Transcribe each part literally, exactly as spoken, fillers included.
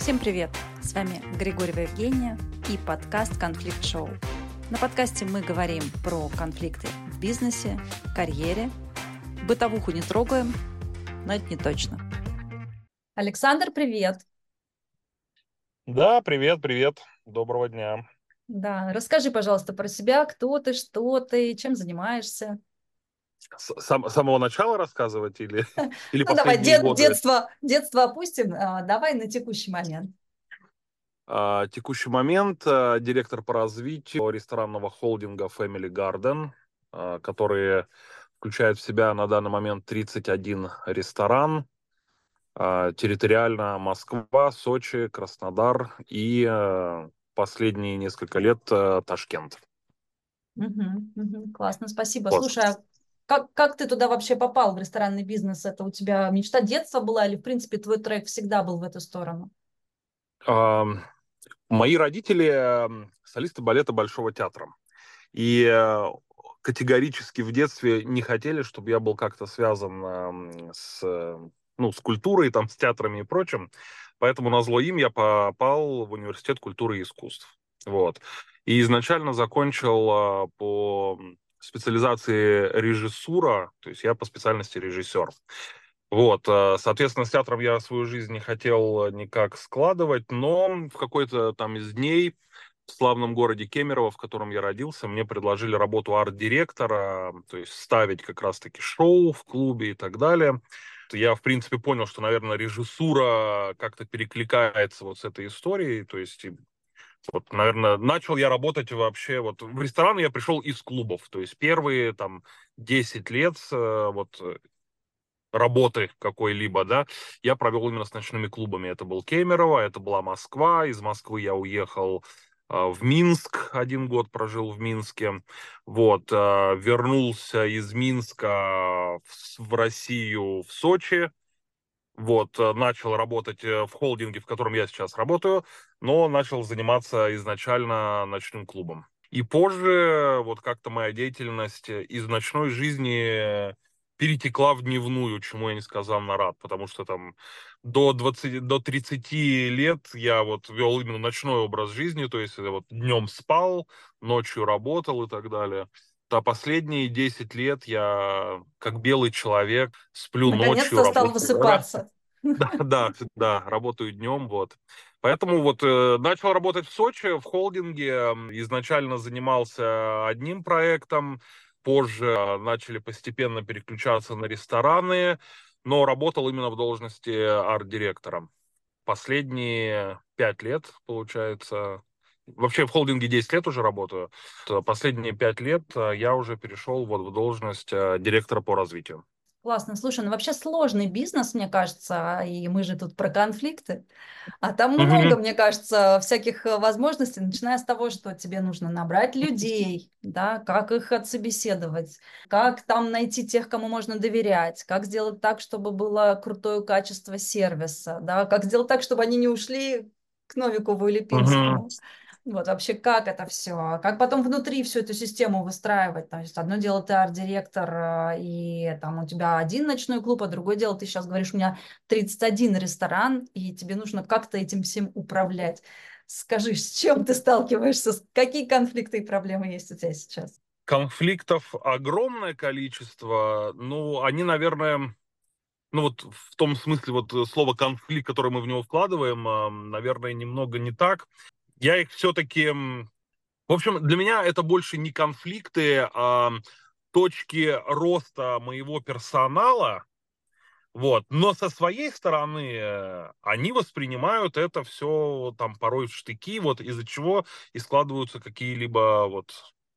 Всем привет! С вами Григорьева Евгения и подкаст «Конфликт Шоу». На подкасте мы говорим про конфликты в бизнесе, карьере, бытовуху не трогаем, но это не точно. Александр, привет! Да, привет, привет. Доброго дня. Да, расскажи, пожалуйста, про себя, кто ты, что ты, чем занимаешься. С сам самого начала рассказывать или или Ну, давай, последние дет- годы? детство, детство опустим, а, давай на текущий момент. А, текущий момент, а, директор по развитию ресторанного холдинга Family Garden, а, который включает в себя на данный момент тридцать один ресторан, а, территориально Москва, Сочи, Краснодар и, а, последние несколько лет, а, Ташкент. Мгм, мгм, классно, спасибо. Вот. Слушай, а как, как ты туда вообще попал, в ресторанный бизнес? Это у тебя мечта детства была или, в принципе, твой трек всегда был в эту сторону? Ам, мои родители, м, солисты балета Большого театра. И э, категорически в детстве не хотели, чтобы я был как-то связан эм, с, э, ну, с культурой, там, с театрами и прочим. Поэтому назло им я попал в университет культуры и искусств. Вот. И изначально закончил э, по специализации режиссура, то есть я по специальности режиссер. Вот, э, соответственно, с театром я свою жизнь не хотел никак складывать, но в какой-то там из дней в славном городе Кемерово, в котором я родился, мне предложили работу арт-директора, то есть ставить как раз-таки шоу в клубе и так далее. Я, в принципе, понял, что, наверное, режиссура как-то перекликается вот с этой историей, то есть и вот, наверное, начал я работать вообще, вот в ресторан я пришел из клубов, то есть первые там десять лет э, вот работы какой-либо, да, я провел именно с ночными клубами. Это был Кемерово, это была Москва. Из Москвы я уехал а, в Минск, один год прожил в Минске. Вот, а, вернулся из Минска в, в Россию, в Сочи. Вот, а, начал работать э, в холдинге, в котором я сейчас работаю, но начал заниматься изначально ночным клубом. И позже вот как-то моя деятельность из ночной жизни перетекла в дневную, чему я несказанно рад, потому что там до двадцати, до тридцати лет я вот вел именно ночной образ жизни, то есть я вот днем спал, ночью работал и так далее. А последние десять лет я, как белый человек, сплю ночью, Наконец-то стал работаю. высыпаться. Да, да, да, работаю днем, вот. Поэтому вот э, начал работать в Сочи, в холдинге. м, Изначально занимался одним проектом, позже э, начали постепенно переключаться на рестораны, но работал именно в должности арт-директора. Последние пять лет, получается. Вообще в холдинге десять лет уже работаю. То Последние пять лет э, я уже перешел вот в должность э, директора по развитию. Классно. Слушай, ну вообще сложный бизнес, мне кажется, и мы же тут про конфликты. А там много, Мгм. мне кажется, всяких э, возможностей, начиная с того, что тебе нужно набрать людей, да, как их отсобеседовать, как там найти тех, кому можно доверять, как сделать так, чтобы было крутое качество сервиса, да, как сделать так, чтобы они не ушли к Новикову или Мгм. Пинскому. Вот вообще как это все, как потом внутри всю эту систему выстраивать. То есть одно дело ты арт-директор, э, и там у тебя один ночной клуб, а другое дело ты сейчас говоришь, у меня тридцать один ресторан, и тебе нужно как-то этим всем управлять. Скажи, с чем ты сталкиваешься, с- какие конфликты и проблемы есть у тебя сейчас? Конфликтов огромное количество. Ну, они, наверное, ну вот в том смысле вот э, слово конфликт, которое мы в него вкладываем, а, наверное, немного не так. Я их все-таки... В общем, для меня это больше не конфликты, а точки роста моего персонала. Вот. Но со своей стороны э, они воспринимают это все там порой в штыки, вот из-за чего и складываются какие-либо вот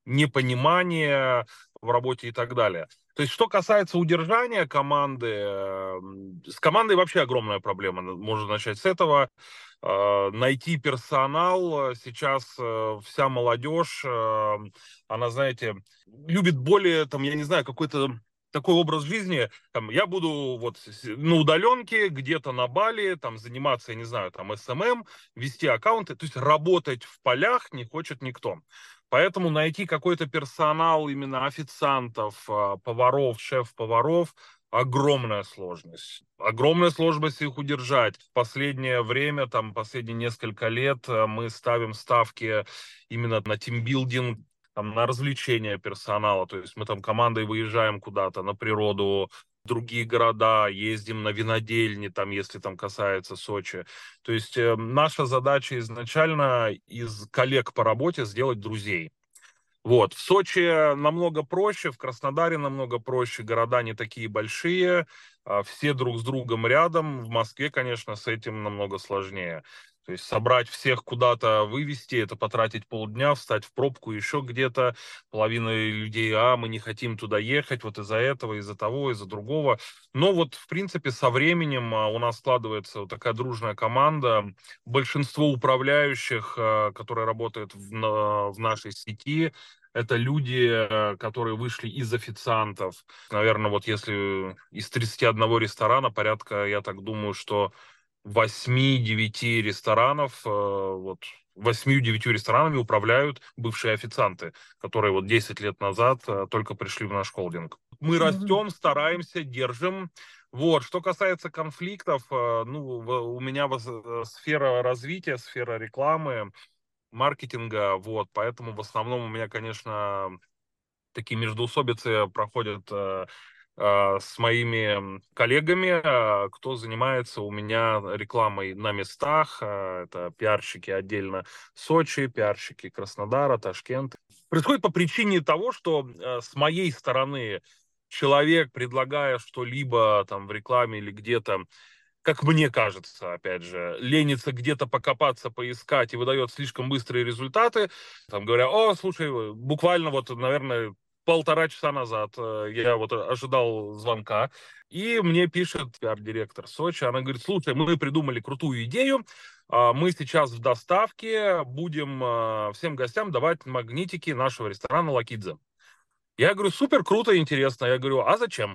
непонимания в работе и так далее. То есть, что касается удержания команды, э, с командой вообще огромная проблема. Можно начать с этого. Э, Найти персонал. Сейчас э, вся молодежь, э, она, знаете, любит более, там, я не знаю, какой-то такой образ жизни, там, я буду вот на удаленке, где-то на Бали, там, заниматься, я не знаю, там, эс эм эм, вести аккаунты, то есть работать в полях не хочет никто. Поэтому найти какой-то персонал, именно официантов, а, поваров, шеф-поваров, огромная сложность. Огромная сложность их удержать. В последнее время, там, последние несколько лет э, мы ставим ставки именно на тимбилдинг, там, на развлечения персонала. То есть мы там командой выезжаем куда-то на природу, в другие города, ездим на винодельни, там, если там касается Сочи. То есть э, наша задача изначально из коллег по работе сделать друзей. Вот. В Сочи намного проще, в Краснодаре намного проще, города не такие большие, а, все друг с другом рядом. В Москве, конечно, с этим намного сложнее. То есть собрать всех куда-то, вывести, это потратить полдня, встать в пробку еще где-то. Половина людей, а, мы не хотим туда ехать, вот из-за этого, из-за того, из-за другого. Но вот, в принципе, со временем а, у нас складывается вот такая дружная команда. Большинство управляющих, а, которые работают в, на- в нашей сети, это люди, э, которые вышли из официантов. Наверное, вот если из тридцати одного ресторана, порядка, я так думаю, что восьми-девяти ресторанов, э, вот восьмью-девятью ресторанами управляют бывшие официанты, которые вот десять лет назад э, только пришли в наш холдинг. Мы Мгм. растем, стараемся, держим. Вот. Что касается конфликтов, э, ну, в- у меня воз- э, сфера развития, сфера рекламы, маркетинга, вот, поэтому в основном у меня, конечно, такие междоусобицы проходят э, э, с моими коллегами, э, кто занимается у меня рекламой на местах, э, это пиарщики отдельно Сочи, пиарщики Краснодара, Ташкента. Происходит по причине того, что э, с моей стороны человек, предлагая что-либо там в рекламе или где-то, как мне кажется, опять же, ленится где-то покопаться, поискать и выдает слишком быстрые результаты, там говоря, о, слушай, буквально вот, наверное, полтора часа назад э, я вот ожидал звонка, и мне пишет пиар-директор Сочи, она говорит, слушай, мы придумали крутую идею, а, мы сейчас в доставке будем а, всем гостям давать магнитики нашего ресторана Лакидзе. Я говорю, супер, круто, интересно. Я говорю, а зачем?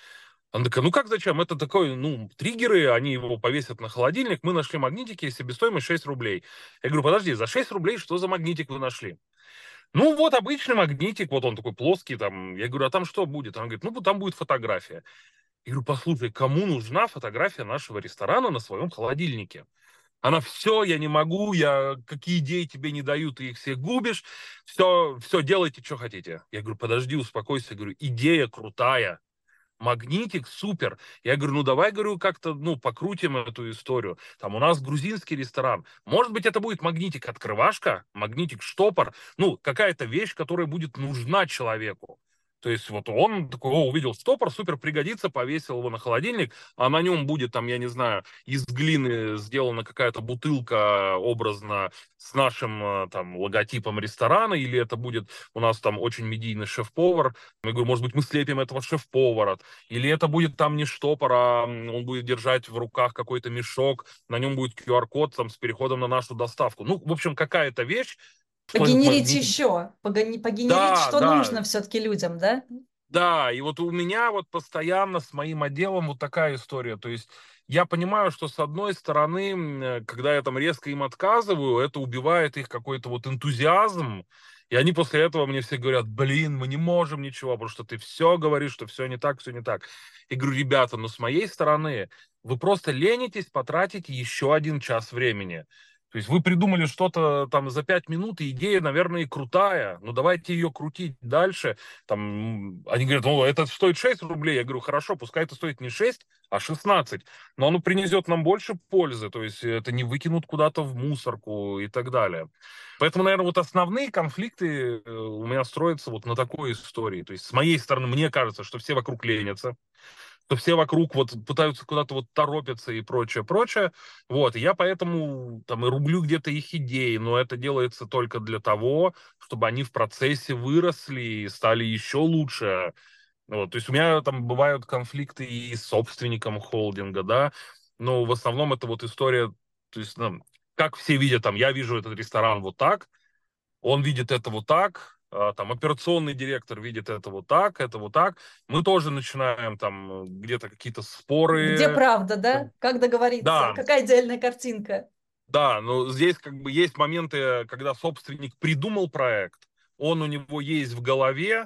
Она такая, ну как зачем? Это такой, ну, триггеры, они его повесят на холодильник. Мы нашли магнитики, себестоимость шесть рублей. Я говорю, подожди, за шесть рублей что за магнитик вы нашли? Ну, вот обычный магнитик, вот он такой плоский там. Я говорю, а там что будет? Она говорит, ну, там будет фотография. Я говорю, послушай, кому нужна фотография нашего ресторана на своем холодильнике? Она, все, я не могу, я какие идеи тебе не даю, ты их все губишь, все, все, делайте, что хотите. Я говорю, подожди, успокойся, я говорю, идея крутая, магнитик, супер. Я говорю, ну давай, говорю, как-то, ну, покрутим эту историю. Там у нас грузинский ресторан. Может быть, это будет магнитик-открывашка, магнитик-штопор, ну, какая-то вещь, которая будет нужна человеку. То есть вот он такой, о, увидел стопор, супер, пригодится, повесил его на холодильник, а на нем будет там, я не знаю, из глины сделана какая-то бутылка образно с нашим э, там логотипом ресторана, или это будет у нас там очень медийный шеф-повар. Я говорю, может быть, мы слепим этого шеф-повара, или это будет там не штопор, а он будет держать в руках какой-то мешок, на нем будет ку ар код там, с переходом на нашу доставку. Ну, в общем, какая-то вещь, что этот Погенерить магнитик... еще, погони- погенерить, Да, что да, нужно все-таки людям, да? да, и вот у меня вот постоянно с моим отделом вот такая история. То есть я понимаю, что с одной стороны, м, э, когда я там резко им отказываю, это убивает их какой-то вот энтузиазм. И они после этого мне все говорят, блин, мы не можем ничего, потому что ты все говоришь, что все не так, все не так. Я говорю, ребята, ну с моей стороны, вы просто ленитесь потратить еще один час времени. То есть вы придумали что-то там за пять минут, и идея, наверное, и крутая. Ну давайте ее крутить дальше. Там, они говорят, ну, это стоит шесть рублей. Я говорю, хорошо, пускай это стоит не шесть, а шестнадцать. Но оно принесет нам больше пользы. То есть это не выкинут куда-то в мусорку и так далее. Поэтому, наверное, вот основные конфликты э, у меня строятся вот на такой истории. То есть с моей стороны, мне кажется, что все вокруг ленятся, что все вокруг вот пытаются куда-то вот торопиться и прочее, прочее. Вот, и я поэтому там и рублю где-то их идеи, но это делается только для того, чтобы они в процессе выросли и стали еще лучше. Вот, то есть у меня там бывают конфликты и с собственником холдинга, да, но в основном это вот история, то есть, ну, как все видят, там, я вижу этот ресторан вот так, он видит это вот так, а, там операционный директор видит это вот так, это вот так. Мы тоже начинаем там э, где-то какие-то Где споры. правда, да? Как договориться? Да, Какая идеальная картинка? да, но здесь как бы есть моменты, когда собственник придумал проект, он у него есть в голове,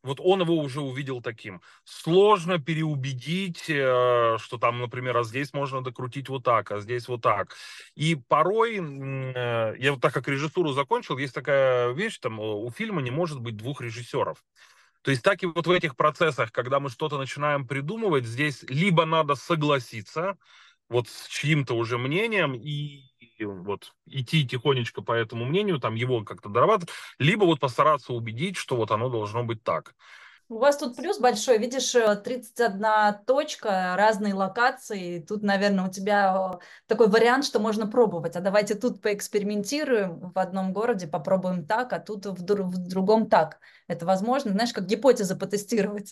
Вот он его уже увидел таким. Сложно переубедить, э, что там, например, а здесь можно докрутить вот так, а здесь вот так. И порой, э, я вот так как режиссуру закончил, есть такая вещь, там у фильма не может быть двух режиссеров. То есть так и вот в этих процессах, когда мы что-то начинаем придумывать, здесь либо надо согласиться вот с чьим-то уже мнением и вот идти тихонечко по этому мнению, там его как-то дорабатывать, либо вот постараться убедить, что вот оно должно быть так. У вас тут плюс большой, видишь, э, тридцать одна точка, разные локации. Тут, наверное, у тебя э, такой вариант, что можно пробовать. А давайте тут поэкспериментируем в одном городе, попробуем так, а тут в, дру- в другом так. Это возможно, знаешь, как гипотеза потестировать.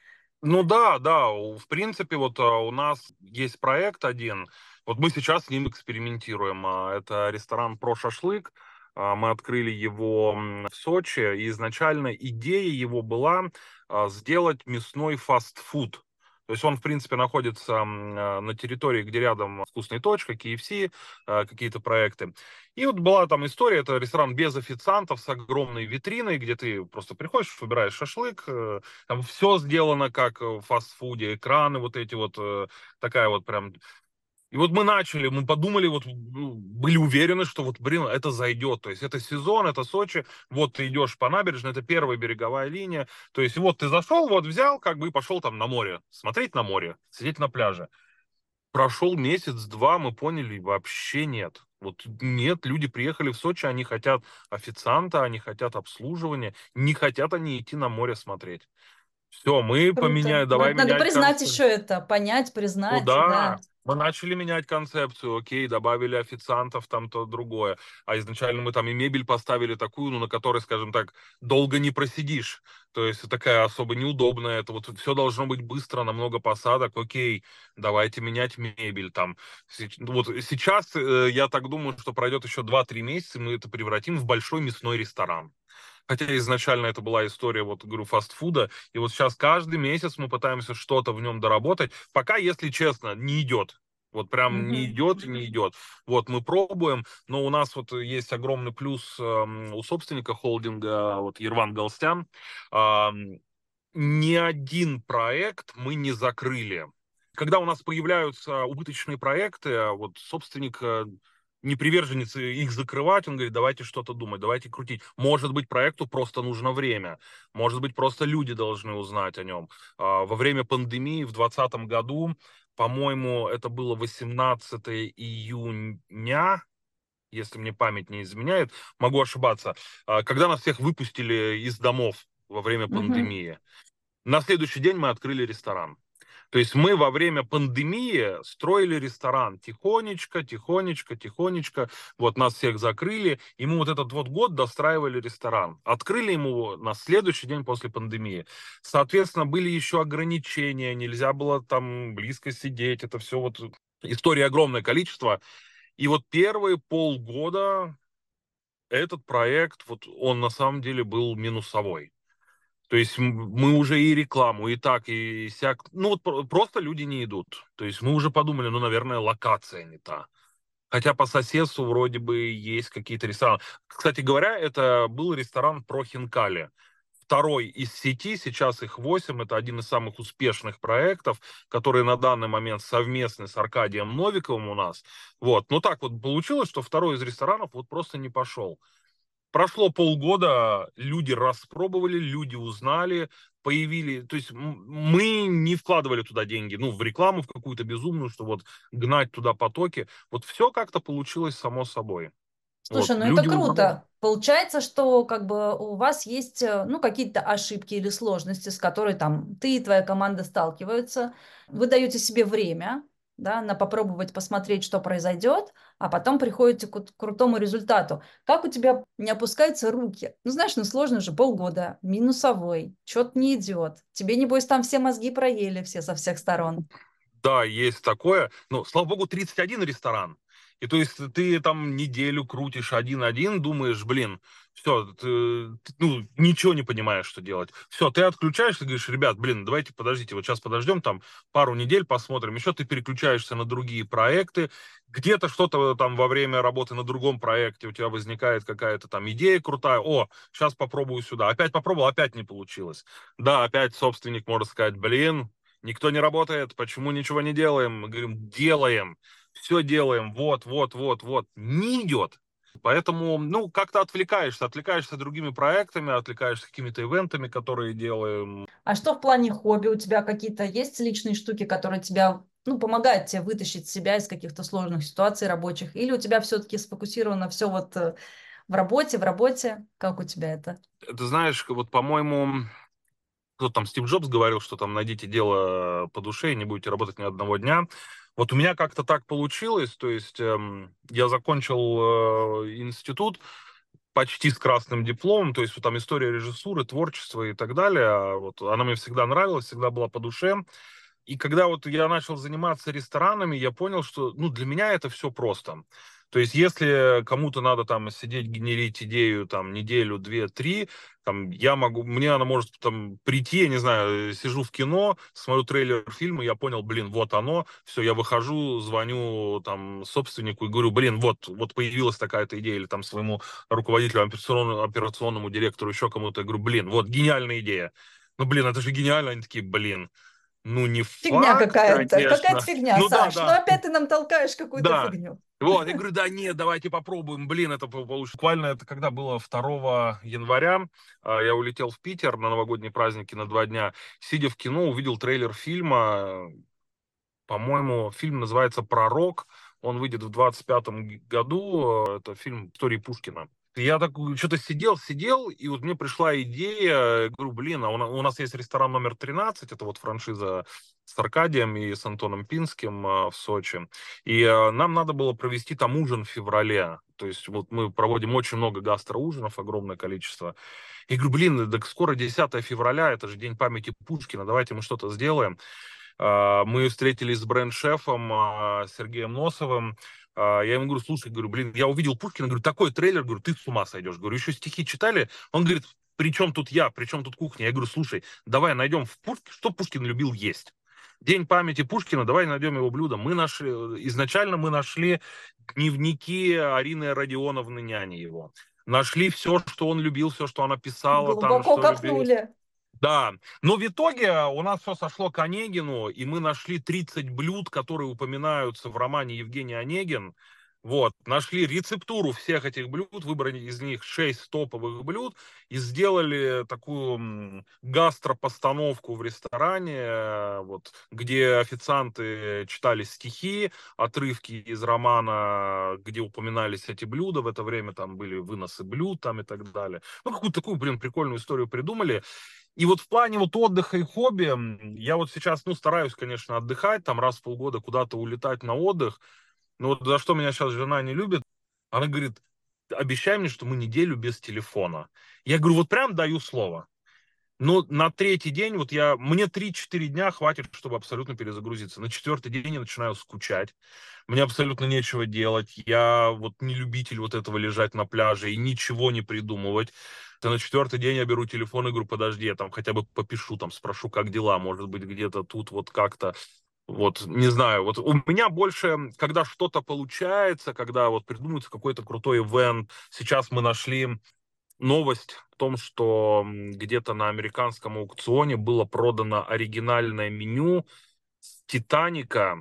Ну да, да, у- в принципе, вот а, у нас есть проект один, вот мы сейчас с ним экспериментируем. А, Это ресторан «Про шашлык». А, Мы открыли его м, в Сочи, и изначально идея его была а, сделать мясной фастфуд. То есть он, в принципе, находится м, а, на территории, где рядом вкусная точка, К Ф С, а, какие-то проекты. И вот была там история, это ресторан без официантов, с огромной витриной, где ты просто приходишь, выбираешь шашлык, э, там все сделано как в фастфуде, экраны вот эти вот, э, такая вот прям. И вот мы начали, мы подумали, вот ну, были уверены, что вот, блин, это зайдет. То есть это сезон, это Сочи, вот ты идешь по набережной, это первая береговая линия. То есть вот ты зашел, вот взял, как бы и пошел там на море, смотреть на море, сидеть на пляже. Прошел месяц-два, мы поняли, вообще нет. Вот нет, люди приехали в Сочи, они хотят официанта, они хотят обслуживания, не хотят они идти на море смотреть. Все, мы Круто. поменяем, Но давай это надо менять признать концепцию. еще это, понять, Ну признать, да. да, мы начали менять концепцию, окей, добавили официантов, там то другое. А изначально мы там и мебель поставили такую, ну, на которой, скажем так, долго не просидишь. То есть такая особо неудобная. Это вот все должно быть быстро, на много посадок. Окей, давайте менять мебель там. Сеч- ну, Вот сейчас э, я так думаю, что пройдет еще два-три месяца, и мы это превратим в большой мясной ресторан. Хотя изначально это была история, вот, говорю, фастфуда. И вот сейчас каждый месяц мы пытаемся что-то в нем доработать. Пока, если честно, не идет. Вот прям не Мгм. идет и не идет. Вот мы пробуем, но у нас вот есть огромный плюс эм, у собственника холдинга, вот Ерван Галстян. Ам, Ни один проект мы не закрыли. Когда у нас появляются убыточные проекты, а вот собственник э, не приверженец их закрывать, он говорит, давайте что-то думать, давайте крутить. Может быть, проекту просто нужно время, может быть, просто люди должны узнать о нем. А, Во время пандемии в двадцатом году, по-моему, это было восемнадцатое июня, если мне память не изменяет, могу ошибаться, а, когда нас всех выпустили из домов во время Мгм. пандемии. На следующий день мы открыли ресторан. То есть мы во время пандемии строили ресторан тихонечко, тихонечко, тихонечко. Вот нас всех закрыли, и мы вот этот вот год достраивали ресторан. Открыли ему на следующий день после пандемии. Соответственно, были еще ограничения, нельзя было там близко сидеть. Это все вот история огромное количество. И вот первые полгода этот проект, вот он на самом деле был минусовой. То есть мы уже и рекламу, и так, и сяк. Ну вот про- просто люди не идут. То есть мы уже подумали, ну, наверное, локация не та. Хотя по соседству вроде бы есть какие-то рестораны. Кстати говоря, это был ресторан про хинкали. Второй из сети, сейчас их восемь, это один из самых успешных проектов, который на данный момент совместный с Аркадием Новиковым у нас. Вот. Но так вот получилось, что второй из ресторанов вот просто не пошел. Прошло полгода, люди распробовали, люди узнали, появили, то есть м- мы не вкладывали туда деньги, ну, в рекламу, в какую-то безумную, что вот гнать туда потоки. Вот все как-то получилось само собой. Вот, Слушай, ну это люди узнали. круто. Получается, что как бы у вас есть, э, ну, какие-то ошибки или сложности, с которыми там ты и твоя команда сталкиваются. Вы даете себе время, да, на попробовать посмотреть, что произойдет, а потом приходите к крутому результату. Как у тебя не опускаются руки? Ну, знаешь, ну сложно же, полгода, минусовой, что-то не идет. Тебе, небось, там все мозги проели все со всех сторон. Да, есть такое. Ну, слава богу, тридцать один ресторан. И то есть ты там неделю крутишь один-один, думаешь, блин, все, ты, ты, ну, ничего не понимаешь, что делать. Все, ты отключаешься, говоришь, ребят, блин, давайте подождите, вот сейчас подождем, там пару недель посмотрим, еще ты переключаешься на другие проекты, где-то что-то там во время работы на другом проекте у тебя возникает какая-то там идея крутая, о, сейчас попробую сюда, опять попробовал, опять не получилось. Да, опять собственник может сказать, блин, никто не работает, почему ничего не делаем? Мы говорим, делаем, все делаем, вот, вот, вот, вот, не идет. Поэтому, ну, как-то отвлекаешься, отвлекаешься другими проектами, отвлекаешься какими-то ивентами, которые делаем. А что в плане хобби? У тебя какие-то есть личные штуки, которые тебя, ну, помогают тебе вытащить себя из каких-то сложных ситуаций рабочих? Или у тебя все-таки сфокусировано все вот э, в работе, в работе? Как у тебя это? Ты знаешь, вот, по-моему, кто там, Стив Джобс говорил, что там найдите дело по душе и не будете работать ни одного дня. Вот у меня как-то так получилось, то есть эм, я закончил э, институт почти с красным дипломом, то есть вот там история режиссуры, творчества и так далее. А вот она мне всегда нравилась, всегда была по душе. И когда вот я начал заниматься ресторанами, я понял, что, ну, для меня это все просто. То есть, если кому-то надо там сидеть, генерить идею там неделю, две, три, там, я могу, мне она может там прийти, я не знаю, сижу в кино, смотрю трейлер фильма, я понял, блин, вот оно, все, я выхожу, звоню там собственнику и говорю, блин, вот, вот появилась такая-то идея, или там своему руководителю, операционному, операционному директору, еще кому-то, я говорю, блин, вот, гениальная идея. Ну, блин, это же гениально, они такие, блин, ну, не Фигня факт, какая-то, какая-то конечно. фигня, Ну да, Саш. Ну да, опять ты нам толкаешь какую-то да. фигню. Вот, я говорю, да нет, давайте попробуем, блин, это по- получится. Буквально это когда было второго января, а, я улетел в Питер на новогодние праздники на два дня, сидя в кино, увидел трейлер фильма, по-моему, фильм называется «Пророк», он выйдет в двадцать пятом году, э, это фильм истории Пушкина. Я так что-то сидел, сидел, и вот мне пришла идея, я говорю, блин, а у нас, у нас есть ресторан номер тринадцать, это вот франшиза с Аркадием и с Антоном Пинским а, в Сочи, и а, нам надо было провести там ужин в феврале, то есть вот мы проводим очень много гастроужинов, огромное количество. Я говорю, блин, так скоро десятое февраля, это же День памяти Пушкина, давайте мы что-то сделаем. А, Мы встретились с бренд-шефом а, Сергеем Носовым. А, Я ему говорю, слушай, говорю, блин, я увидел Пушкина, говорю, такой трейлер, говорю, ты с ума сойдешь. Говорю, еще стихи читали? Он говорит, при чем тут я, при чем тут кухня? Я говорю, слушай, давай найдем в Пушкине, что Пушкин любил есть. День памяти Пушкина, давай найдем его блюдо. Мы нашли, изначально мы нашли дневники Арины Родионовны, няни его. Нашли все, что он любил, все, что она писала, там, Глубоко что любили. копнули. Да, но в итоге у нас все сошло к Онегину, и мы нашли тридцать блюд, которые упоминаются в романе Евгений Онегин. Вот, нашли рецептуру всех этих блюд, выбрали из них шесть топовых блюд и сделали такую м, гастропостановку в ресторане, э, вот, где официанты читали стихи, отрывки из романа, где упоминались эти блюда, в это время там были выносы блюд там и так далее. Ну, какую-то такую, блин, прикольную историю придумали. И вот в плане вот отдыха и хобби, я вот сейчас, ну, стараюсь, конечно, отдыхать, там раз в полгода куда-то улетать на отдых, но вот за что меня сейчас жена не любит, она говорит, обещай мне, что мы неделю без телефона. Я говорю, вот прям даю слово. Но на третий день, вот я, мне три-четыре дня хватит, чтобы абсолютно перезагрузиться. На четвертый день я начинаю скучать. Мне абсолютно нечего делать. Я вот не любитель вот этого лежать на пляже и ничего не придумывать. То на четвертый день я беру телефон и говорю, подожди, я там хотя бы попишу, там спрошу, как дела, может быть, где-то тут вот как-то. Вот, не знаю, вот у меня больше, когда что-то получается, когда вот придумывается какой-то крутой ивент. Сейчас мы нашли новость в том, что где-то на американском аукционе было продано оригинальное меню Титаника,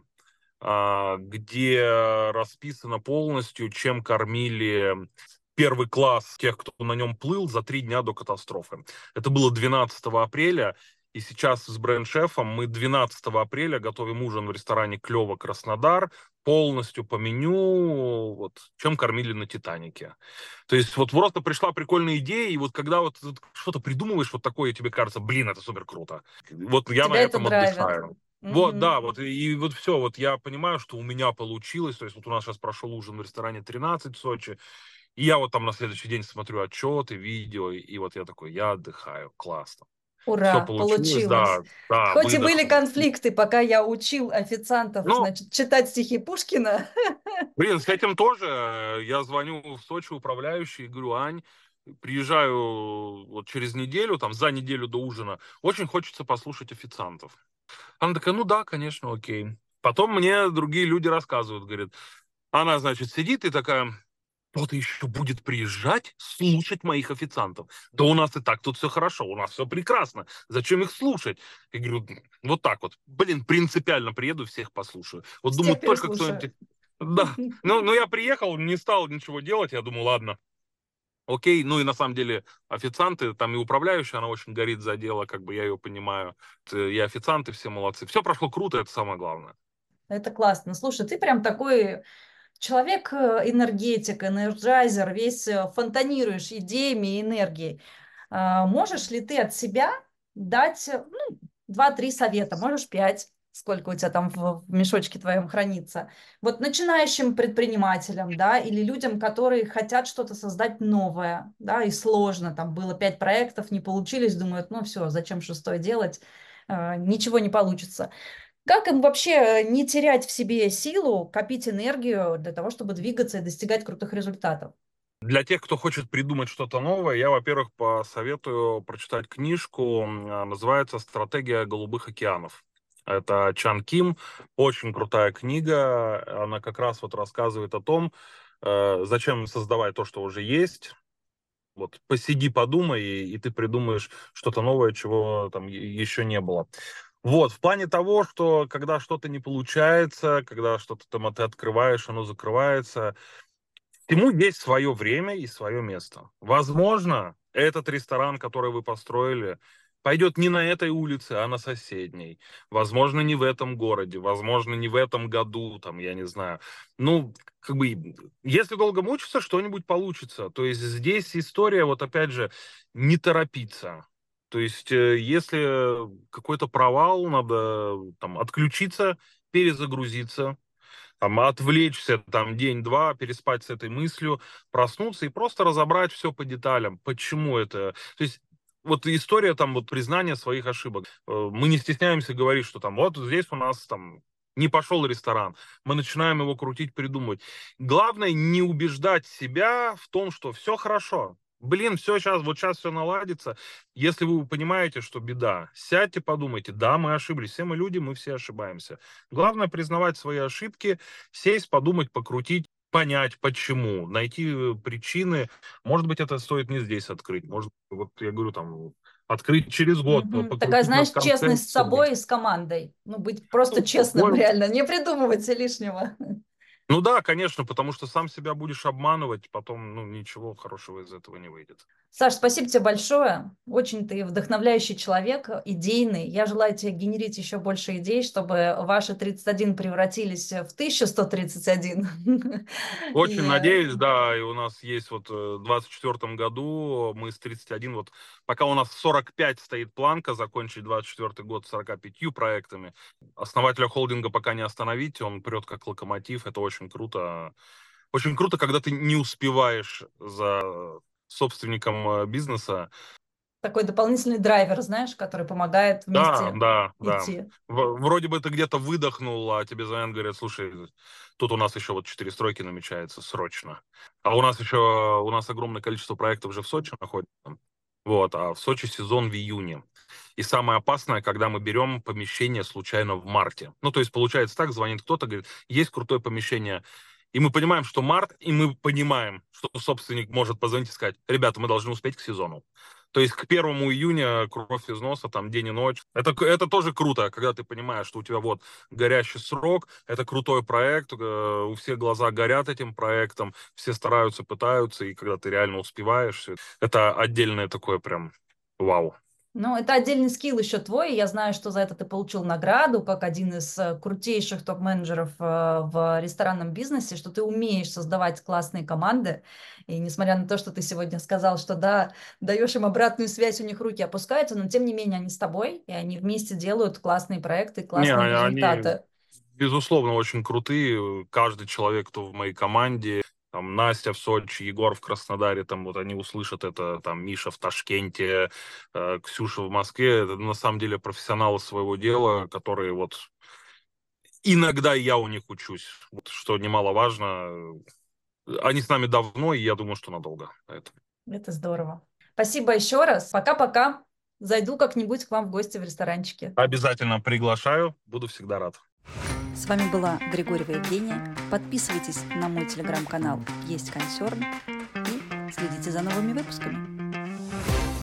а, где расписано полностью, чем кормили первый класс тех, кто на нем плыл за три дня до катастрофы. Это было двенадцатого апреля, и сейчас с бренд-шефом мы двенадцатого апреля готовим ужин в ресторане «Клево Краснодар», полностью по меню, вот, чем кормили на «Титанике». То есть вот просто пришла прикольная идея, и вот когда вот что-то придумываешь вот такое, тебе кажется, блин, это супер круто. Вот я на Тебя это этом драйвит. отдыхаю. Вот, Мгм. да, вот и, и вот все, вот я понимаю, что у меня получилось, то есть вот у нас сейчас прошел ужин в ресторане тринадцать в Сочи, и я вот там на следующий день смотрю отчеты, видео, и, и вот я такой, я отдыхаю, классно. Все Ура, получилось, получилось. да, да, Хоть и были выдохнул. конфликты, пока я учил официантов, Ну, значит, читать стихи Пушкина, Блин, с этим тоже. э, Я звоню в Сочи управляющий и говорю: Ань, приезжаю вот через неделю, там, за неделю до ужина. Очень хочется послушать официантов. Она такая: ну да, конечно, окей. Потом мне другие люди рассказывают, говорят, она, значит, сидит и такая: кто-то еще будет приезжать слушать моих официантов. Да у нас и так тут все хорошо, у нас все прекрасно. Зачем их слушать? Я говорю, вот так вот. Блин, принципиально приеду, всех послушаю. Вот думаю, Всех только переслушаю. кто-нибудь... Да. Ну, ну, я приехал, не стал ничего делать. Я думаю, ладно, окей. Ну и на самом деле официанты, там и управляющая, она очень горит за дело, как бы я ее понимаю. И официанты все молодцы. Все прошло круто, это самое главное. Это классно. Слушай, ты прям такой человек, э, энергетик, энерджайзер, весь э, фонтанируешь идеями и энергией. А, можешь ли ты от себя дать, э, ну, два-три совета, можешь пять, сколько у тебя там в, в мешочке твоем хранится, вот начинающим предпринимателям, да, или людям, которые хотят что-то создать новое, да, и сложно, там было пять проектов, не получились, думают, ну все, зачем шестой делать, Э, ничего не получится. Как им вообще не терять в себе силу, копить энергию для того, чтобы двигаться и достигать крутых результатов? Для тех, кто хочет придумать что-то новое, я, во-первых, посоветую прочитать книжку, м, а, называется «Стратегия голубых океанов». Это Чан Ким, очень крутая книга, она как раз вот рассказывает о том, э, зачем создавать то, что уже есть. Вот посиди, подумай, и, и ты придумаешь что-то новое, чего там е- еще не было. Вот, в плане того, что когда что-то не получается, когда что-то там ты открываешь, оно закрывается, всему есть свое время и свое место. Возможно, этот ресторан, который вы построили, пойдет не на этой улице, а на соседней. Возможно, не в этом городе, возможно, не в этом году, там, я не знаю. Ну, как бы, если долго мучиться, что-нибудь получится. То есть здесь история, вот опять же, не торопиться. То есть, э, если какой-то провал, надо там отключиться, перезагрузиться, там, отвлечься там день-два, переспать с этой мыслью, проснуться и просто разобрать все по деталям. Почему это? То есть вот история там вот признания своих ошибок. Э, Мы не стесняемся говорить, что там вот здесь у нас там не пошел ресторан. Мы начинаем его крутить, придумывать. Главное не убеждать себя в том, что все хорошо. Блин, все сейчас, вот сейчас все наладится. Если вы понимаете, что беда, сядьте, подумайте, да, мы ошиблись, все мы люди, мы все ошибаемся. Главное признавать свои ошибки, сесть, подумать, покрутить, понять, почему, найти э, причины. Может быть, это стоит не здесь открыть. Может, вот я говорю, там, открыть через год, но Мгм. Такая, покрутить над знаешь, честность с концепцией. собой и с командой. Ну, быть просто Ну, честным, такое. реально, не придумывать лишнего. Ну да, конечно, потому что сам себя будешь обманывать, потом, ну, ничего хорошего из этого не выйдет. Саш, спасибо тебе большое. Очень ты вдохновляющий человек, идейный. Я желаю тебе генерить еще больше идей, чтобы ваши тридцать один превратились в тысячу сто тридцать один. Очень И э, надеюсь, да, и у нас есть вот э, в двадцать четвертом году мы с тридцать один, вот пока у нас сорок пять стоит планка закончить двадцать четвертый год сорок пятью проектами. Основателя холдинга пока не остановить, он прет как локомотив, это очень круто. Очень круто, когда ты не успеваешь за собственником э, бизнеса. такой дополнительный драйвер, знаешь, который помогает Да, вместе да, да. идти. В- Вроде бы ты где-то выдохнул, а тебе звонят, говорят, слушай, тут у нас еще вот четыре стройки намечается срочно. А у нас еще, у нас огромное количество проектов уже в Сочи находится. Вот, а в Сочи сезон в июне. И самое опасное, когда мы берем помещение случайно в марте. Ну, то есть получается так, звонит кто-то, говорит, есть крутое помещение. И мы понимаем, что март, и мы понимаем, что собственник может позвонить и сказать, ребята, мы должны успеть к сезону. То есть к первому июня кровь из носа, там день и ночь. Это, это тоже круто, когда ты понимаешь, что у тебя вот горящий срок, это крутой проект, э, у всех глаза горят этим проектом, все стараются, пытаются, и когда ты реально успеваешь, всё это отдельное такое прям вау. Ну, это отдельный скилл еще твой. Я знаю, что за это ты получил награду, как один из э, крутейших топ-менеджеров э, в ресторанном бизнесе, что ты умеешь создавать классные команды. И несмотря на то, что ты сегодня сказал, что да, даешь им обратную связь, у них руки опускаются, но тем не менее они с тобой, и они вместе делают классные проекты, Не, классные а- они, результаты. безусловно, очень крутые. Каждый человек, кто в моей команде, там, Настя в Сочи, Егор в Краснодаре, там, вот они услышат это, там, Миша в Ташкенте, э, Ксюша в Москве. Это, на самом деле, профессионалы своего дела, которые вот иногда я у них учусь, вот, что немаловажно. Они с нами давно, и я думаю, что надолго. Поэтому. Это здорово. Спасибо еще раз. Пока-пока. Зайду как-нибудь к вам в гости в ресторанчике. Обязательно приглашаю, буду всегда рад. С вами была Григорьева Евгения. Подписывайтесь на мой телеграм-канал «Есть консерн» и следите за новыми выпусками.